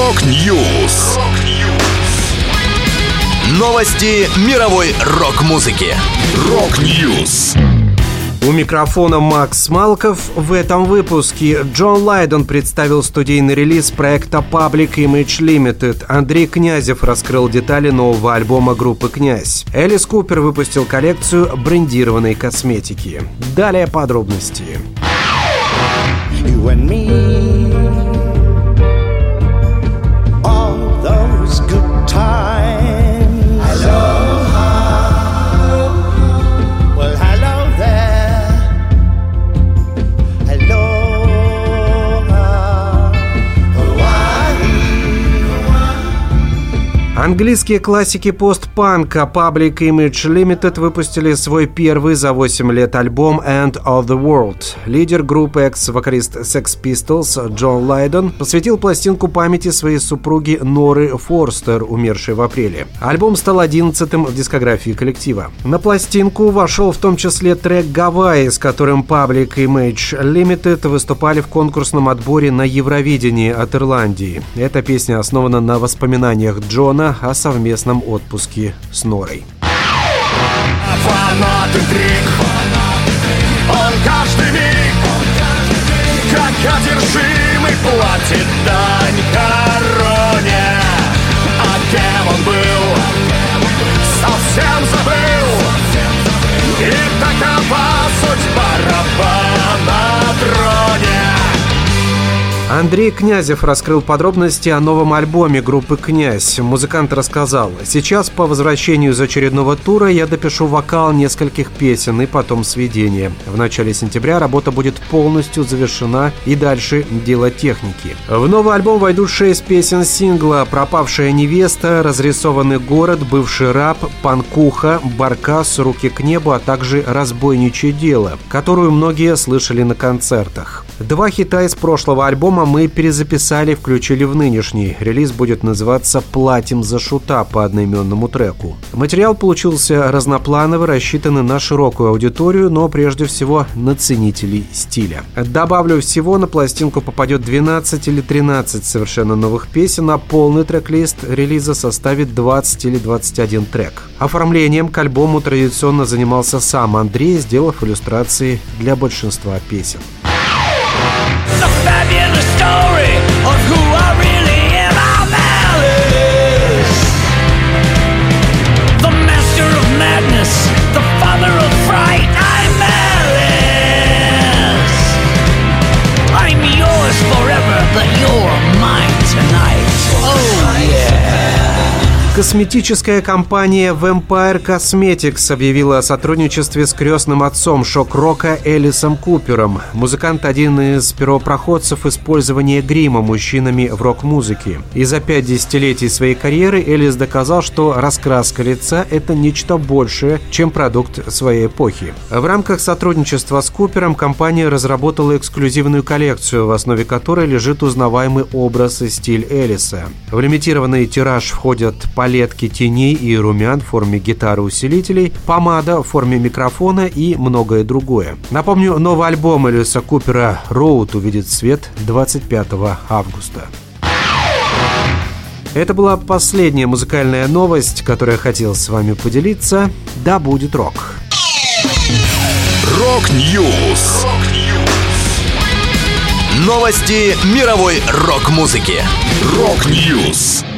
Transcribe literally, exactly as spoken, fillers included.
Рок-Ньюс. Новости мировой рок-музыки. Рок-Ньюс. У микрофона Макс Малков. В этом выпуске Джон Лайден представил студийный релиз проекта Public Image Limited. Андрей Князев раскрыл детали нового альбома группы «Князь». Элис Купер выпустил коллекцию брендированной косметики. Далее подробности. You and me, all those good times. Aloha. Well, hello there. Aloha. Hawaii. Английские классики постпанка Public Image Limited выпустили свой первый за восемь лет альбом End of the World. Лидер группы, экс-вокалист Sex Pistols Джон Лайден посвятил пластинку памяти своей супруги Норы Форстер, умершей в апреле. Альбом стал одиннадцатым в дискографии коллектива. На пластинку вошел в том числе трек «Гавайи», с которым Public Image Limited выступали в конкурсном отборе на Евровидении от Ирландии. Эта песня основана на воспоминаниях Джона о совместном отпуске с Норой. Фанат интриг, он каждый миг, как одержимый, платит дань короне. А кем он был, совсем забыл, и такова судьба раба на троне. Андрей Князев раскрыл подробности о новом альбоме группы «Князь». Музыкант рассказал: «Сейчас по возвращению из очередного тура я допишу вокал нескольких песен и потом сведения. В начале сентября работа будет полностью завершена и дальше дело техники. В новый альбом войдут шесть песен сингла: «Пропавшая невеста», «Разрисованный город», «Бывший раб», «Панкуха», «Баркас», «Руки к небу», а также «Разбойничье дело», которую многие слышали на концертах. Два хита из прошлого альбома мы перезаписали, включили в нынешний. Релиз будет называться «Платим за шута» по одноименному треку. Материал получился разноплановый, рассчитанный на широкую аудиторию, но прежде всего на ценителей стиля. Добавлю всего, на пластинку попадет двенадцать или тринадцать совершенно новых песен, а полный трек-лист релиза составит двадцать или двадцать один трек. Оформлением к альбому традиционно занимался сам Андрей, сделав иллюстрации для большинства песен. The fabulous story of who I really am. I'm Alice, the master of madness, the father of fright. I'm Alice. I'm yours forever, but you're mine tonight. Oh yeah. Косметическая компания Vampire Cosmetics объявила о сотрудничестве с крестным отцом шок-рока Элисом Купером. Музыкант – один из первопроходцев использования грима мужчинами в рок-музыке. И за пять десятилетий своей карьеры Элис доказал, что раскраска лица – это нечто большее, чем продукт своей эпохи. В рамках сотрудничества с Купером компания разработала эксклюзивную коллекцию, в основе которой лежит узнаваемый образ и стиль Элиса. В лимитированный тираж входят палетки теней и румян в форме гитары-усилителей, помада в форме микрофона и многое другое. Напомню, новый альбом Элиса Купера «Road» увидит свет двадцать пятого августа. Это была последняя музыкальная новость, которую я хотел с вами поделиться. Да будет рок! Рок-Ньюс. Новости мировой рок-музыки. Рок-Ньюс.